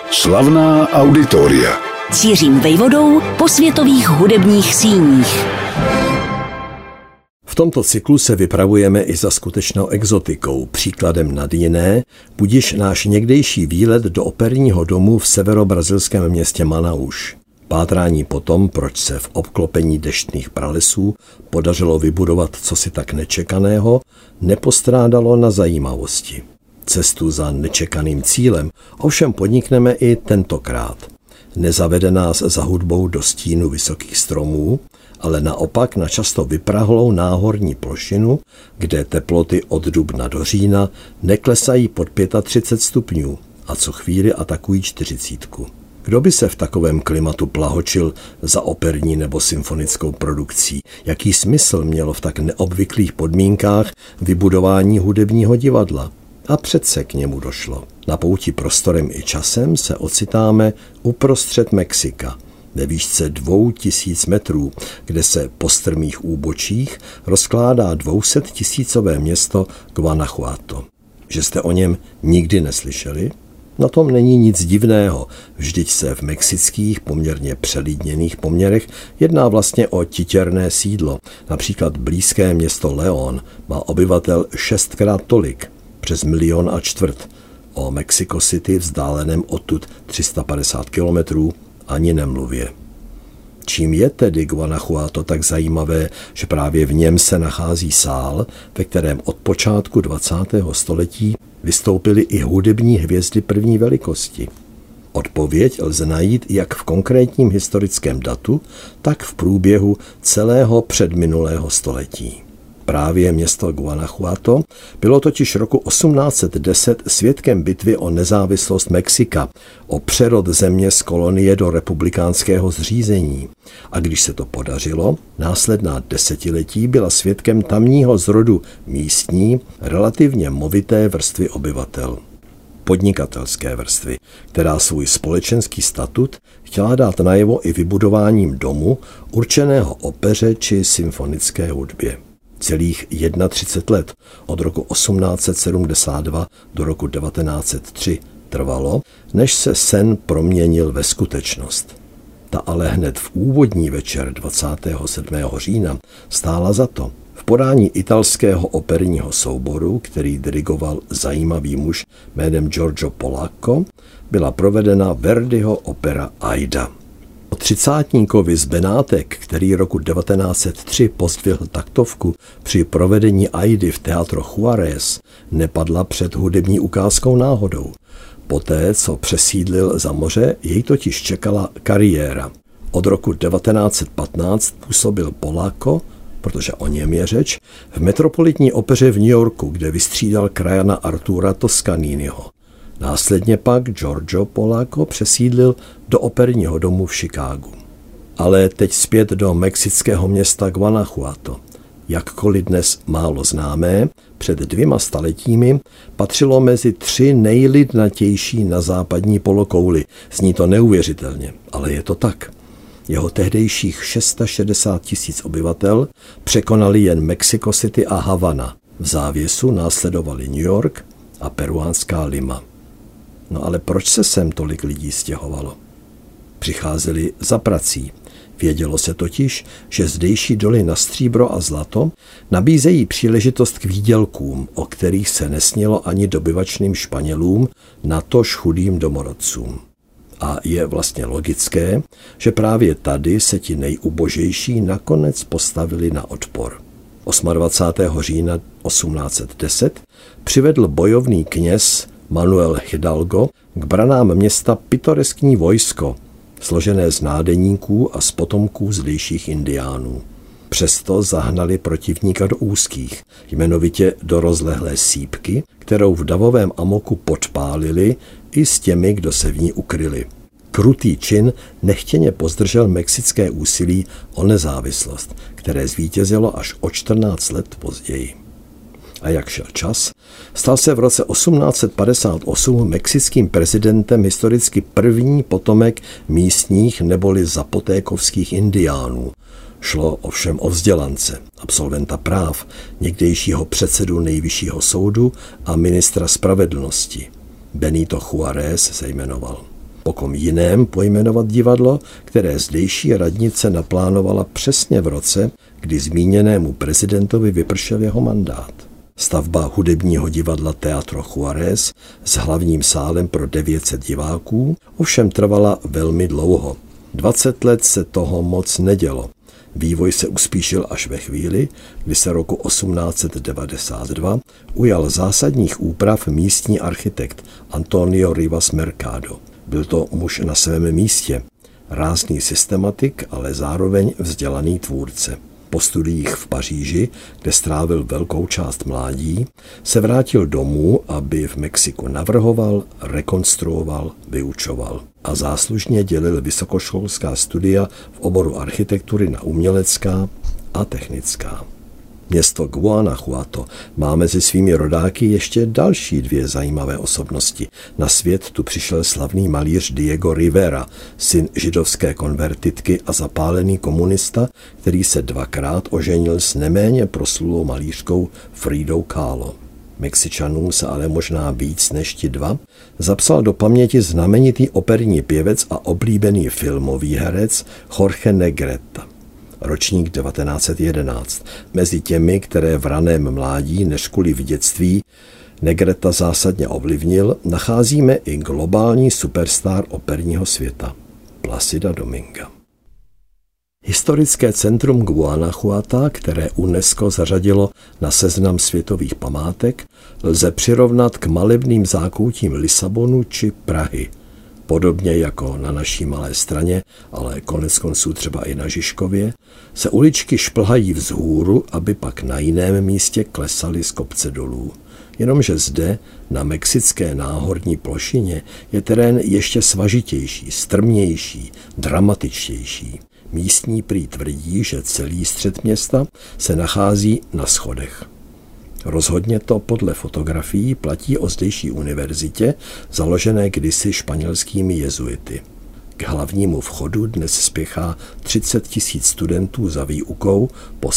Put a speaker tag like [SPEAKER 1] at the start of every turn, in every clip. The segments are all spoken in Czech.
[SPEAKER 1] Slavná auditoria.
[SPEAKER 2] Cířím vejvodou po světových hudebních síních.
[SPEAKER 3] V tomto cyklu se vypravujeme i za skutečnou exotikou. Příkladem nad jiné budiž náš někdejší výlet do operního domu v severobrazilském městě Manaus. Pátrání po tom, proč se v obklopení deštných pralesů podařilo vybudovat cosi tak nečekaného, nepostrádalo na zajímavosti. Cestu za nečekaným cílem ovšem podnikneme i tentokrát. Nezavede nás za hudbou do stínu vysokých stromů, ale naopak na často vyprahlou náhorní plošinu, kde teploty od dubna do října neklesají pod 35 stupňů a co chvíli atakují 40. Kdo by se v takovém klimatu plahočil za operní nebo symfonickou produkcí? Jaký smysl mělo v tak neobvyklých podmínkách vybudování hudebního divadla? A přece k němu došlo. Na pouti prostorem i časem se ocitáme uprostřed Mexika, ve výšce 2000 metrů, kde se po strmých úbočích rozkládá 200 000 město Guanajuato. Že jste o něm nikdy neslyšeli? Na tom není nic divného, vždyť se v mexických poměrně přelidněných poměrech jedná vlastně o titěrné sídlo. Například blízké město León má obyvatel 6krát tolik, přes 1,25 milionu. O Mexico City, vzdáleném odtud 350 kilometrů, ani nemluvě. Čím je tedy Guanajuato tak zajímavé, že právě v něm se nachází sál, ve kterém od počátku 20. století vystoupily i hudební hvězdy první velikosti? Odpověď lze najít jak v konkrétním historickém datu, tak v průběhu celého předminulého století. Právě město Guanajuato bylo totiž roku 1810 svědkem bitvy o nezávislost Mexika, o přerod země z kolonie do republikánského zřízení. A když se to podařilo, následná desetiletí byla svědkem tamního zrodu místní, relativně movité vrstvy obyvatel. Podnikatelské vrstvy, která svůj společenský statut chtěla dát najevo i vybudováním domu určeného opeře či symfonické hudbě. Celých 31 let od roku 1872 do roku 1903 trvalo, než se sen proměnil ve skutečnost. Ta ale hned v úvodní večer 27. října stála za to. V podání italského operního souboru, který dirigoval zajímavý muž jménem Giorgio Polacco, byla provedena Verdiho opera Aida. O třicátníkovi z Benátek, který roku 1903 pozdvihl taktovku při provedení Aidy v Teatro Juárez, nepadla před hudební ukázkou náhodou. Poté, co přesídlil za moře, jej totiž čekala kariéra. Od roku 1915 působil Polacco, protože o něm je řeč, v metropolitní opeře v New Yorku, kde vystřídal krajana Artura Toscaniniho. Následně pak Giorgio Polacco přesídlil do operního domu v Chicagu. Ale teď zpět do mexického města Guanajuato. Jakkoliv dnes málo známé, před 2 staletími patřilo mezi 3 nejlidnatější na západní polokouli. Zní to neuvěřitelně, ale je to tak. Jeho tehdejších 660 000 obyvatel překonali jen Mexico City a Havana. V závěsu následovali New York a peruánská Lima. No ale proč se sem tolik lidí stěhovalo? Přicházeli za prací. Vědělo se totiž, že zdejší doly na stříbro a zlato nabízejí příležitost k výdělkům, o kterých se nesnilo ani dobyvačným Španělům, natož chudým domorodcům. A je vlastně logické, že právě tady se ti nejubožejší nakonec postavili na odpor. 28. října 1810 přivedl bojovný kněz Manuel Hidalgo k branám města pitoreskní vojsko, složené z nádeníků a z potomků zdejších indiánů. Přesto zahnali protivníka do úzkých, jmenovitě do rozlehlé sýpky, kterou v davovém amoku podpálili i s těmi, kdo se v ní ukryli. Krutý čin nechtěně pozdržel mexické úsilí o nezávislost, které zvítězilo až o 14 let později. A jak šel čas, stal se v roce 1858 mexickým prezidentem historicky první potomek místních neboli zapotékovských indiánů. Šlo ovšem o vzdělance, absolventa práv, někdejšího předsedu Nejvyššího soudu a ministra spravedlnosti. Benito Juárez se jmenoval. po kom jiném pojmenovat divadlo, které zdejší radnice naplánovala přesně v roce, kdy zmíněnému prezidentovi vypršel jeho mandát. Stavba hudebního divadla Teatro Juárez s hlavním sálem pro 900 diváků ovšem trvala velmi dlouho. 20 let se toho moc nedělo. Vývoj se uspíšil až ve chvíli, kdy se roku 1892 ujal zásadních úprav místní architekt Antonio Rivas Mercado. Byl to muž na svém místě, rázný systematik, ale zároveň vzdělaný tvůrce. Po studiích v Paříži, kde strávil velkou část mládí, se vrátil domů, aby v Mexiku navrhoval, rekonstruoval, vyučoval a záslužně dělil vysokoškolská studia v oboru architektury na umělecká a technická. Město Guanajuato má mezi svými rodáky ještě další 2 zajímavé osobnosti. Na svět tu přišel slavný malíř Diego Rivera, syn židovské konvertitky a zapálený komunista, který se 2krát oženil s neméně proslulou malířkou Fridou Kahlo. Mexičanům se ale možná víc než ti 2 zapsal do paměti znamenitý operní pěvec a oblíbený filmový herec Jorge Negrete. Ročník 1911. Mezi těmi, které v raném mládí neškuli v dětství Negreta zásadně ovlivnil, nacházíme i globální superstar operního světa, Plácida Dominga. Historické centrum Guanajuata, které UNESCO zařadilo na seznam světových památek, lze přirovnat k malebným zákoutím Lisabonu či Prahy. Podobně jako na naší Malé Straně, ale koneckonců třeba i na Žižkově, se uličky šplhají vzhůru, aby pak na jiném místě klesaly z kopce dolů. Jenomže zde, na mexické náhorní plošině, je terén ještě svažitější, strmější, dramatičtější. Místní prý tvrdí, že celý střed města se nachází na schodech. Rozhodně to podle fotografií platí o zdejší univerzitě, založené kdysi španělskými jezuity. K hlavnímu vchodu dnes spěchá 30 000 studentů za výukou po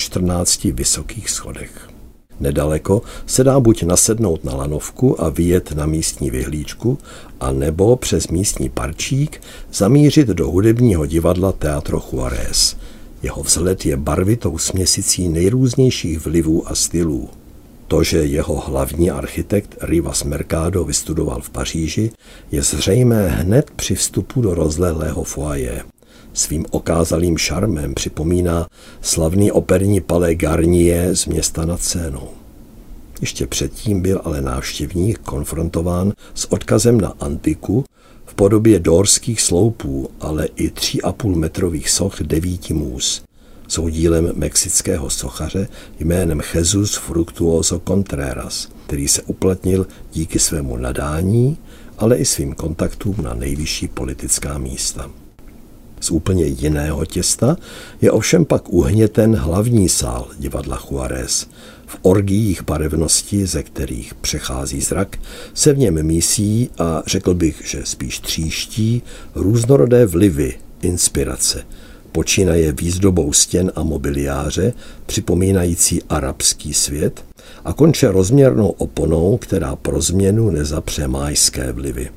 [SPEAKER 3] 114 vysokých schodech. Nedaleko se dá buď nasednout na lanovku a vyjet na místní vyhlídku, a nebo přes místní parčík zamířit do hudebního divadla Teatro Juárez. Jeho vzhled je barvitou směsicí nejrůznějších vlivů a stylů. To, že jeho hlavní architekt Rivas Mercado vystudoval v Paříži, je zřejmé hned při vstupu do rozlehlého foyer. Svým okázalým šarmem připomíná slavný operní Palais Garnier z Města nad Senou. Ještě předtím byl ale návštěvník konfrontován s odkazem na antiku v podobě dórských sloupů, ale i 3,5metrových soch 9 můz. Jsou dílem mexického sochaře jménem Jesus Fructuoso Contreras, který se uplatnil díky svému nadání, ale i svým kontaktům na nejvyšší politická místa. Z úplně jiného těsta je ovšem pak uhněten hlavní sál divadla Juárez. V orgiích barevnosti, ze kterých přechází zrak, se v něm mísí a řekl bych, že spíš tříští různorodé vlivy, inspirace. Počínaje výzdobou stěn a mobiliáře, připomínající arabský svět, a konče rozměrnou oponou, která pro změnu nezapře májské vlivy.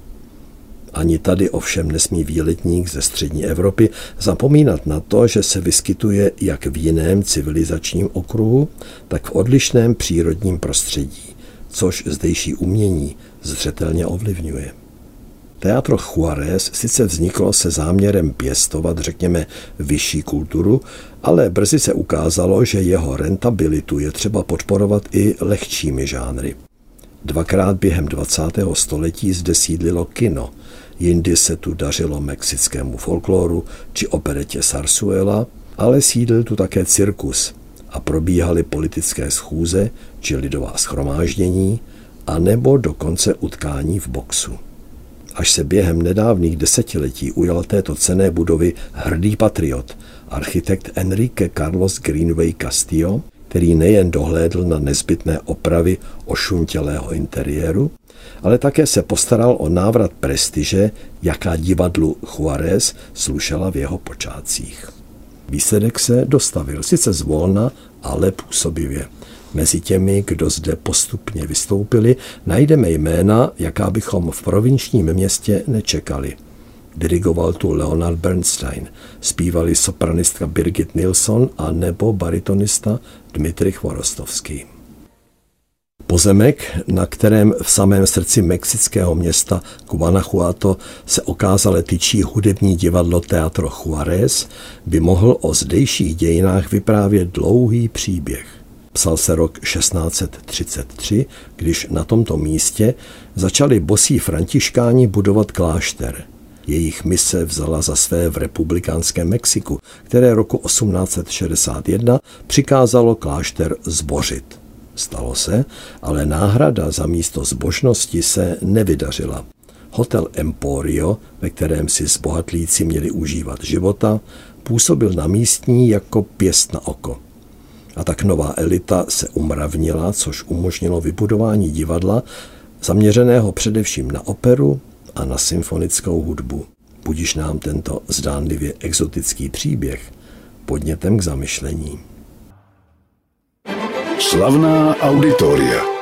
[SPEAKER 3] Ani tady ovšem nesmí výletník ze střední Evropy zapomínat na to, že se vyskytuje jak v jiném civilizačním okruhu, tak v odlišném přírodním prostředí, což zdejší umění zřetelně ovlivňuje. Teatro Juárez sice vzniklo se záměrem pěstovat, řekněme, vyšší kulturu, ale brzy se ukázalo, že jeho rentabilitu je třeba podporovat i lehčími žánry. 2krát během 20. století zde sídlilo kino, jindy se tu dařilo mexickému folkloru či operetě Zarzuela, ale sídlil tu také cirkus a probíhaly politické schůze či lidová shromáždění, a nebo dokonce utkání v boxu. Až se během nedávných desetiletí ujal této cenné budovy hrdý patriot, architekt Enrique Carlos Greenway Castillo, který nejen dohlédl na nezbytné opravy ošuntělého interiéru, ale také se postaral o návrat prestiže, jaká divadlu Juárez slušela v jeho počátcích. Výsledek se dostavil sice zvolna, ale působivě. Mezi těmi, kdo zde postupně vystoupili, najdeme jména, jaká bychom v provinčním městě nečekali. Dirigoval tu Leonard Bernstein, zpívali sopranistka Birgit Nilsson a nebo baritonista Dmitrij Chvorostovský. Pozemek, na kterém v samém srdci mexického města Guanajuato se okázale tyčí hudební divadlo Teatro Juárez, by mohl o zdejších dějinách vyprávět dlouhý příběh. Psal se rok 1633, když na tomto místě začali bosí františkáni budovat klášter. Jejich mise vzala za své v republikánském Mexiku, které roku 1861 přikázalo klášter zbořit. Stalo se, ale náhrada za místo zbožnosti se nevydařila. Hotel Emporio, ve kterém si zbohatlíci měli užívat života, působil na místní jako pěst na oko. A tak nová elita se umravnila, což umožnilo vybudování divadla, zaměřeného především na operu a na symfonickou hudbu. Budiž nám tento zdánlivě exotický příběh podnětem k zamyšlení.
[SPEAKER 1] Slavná auditoria.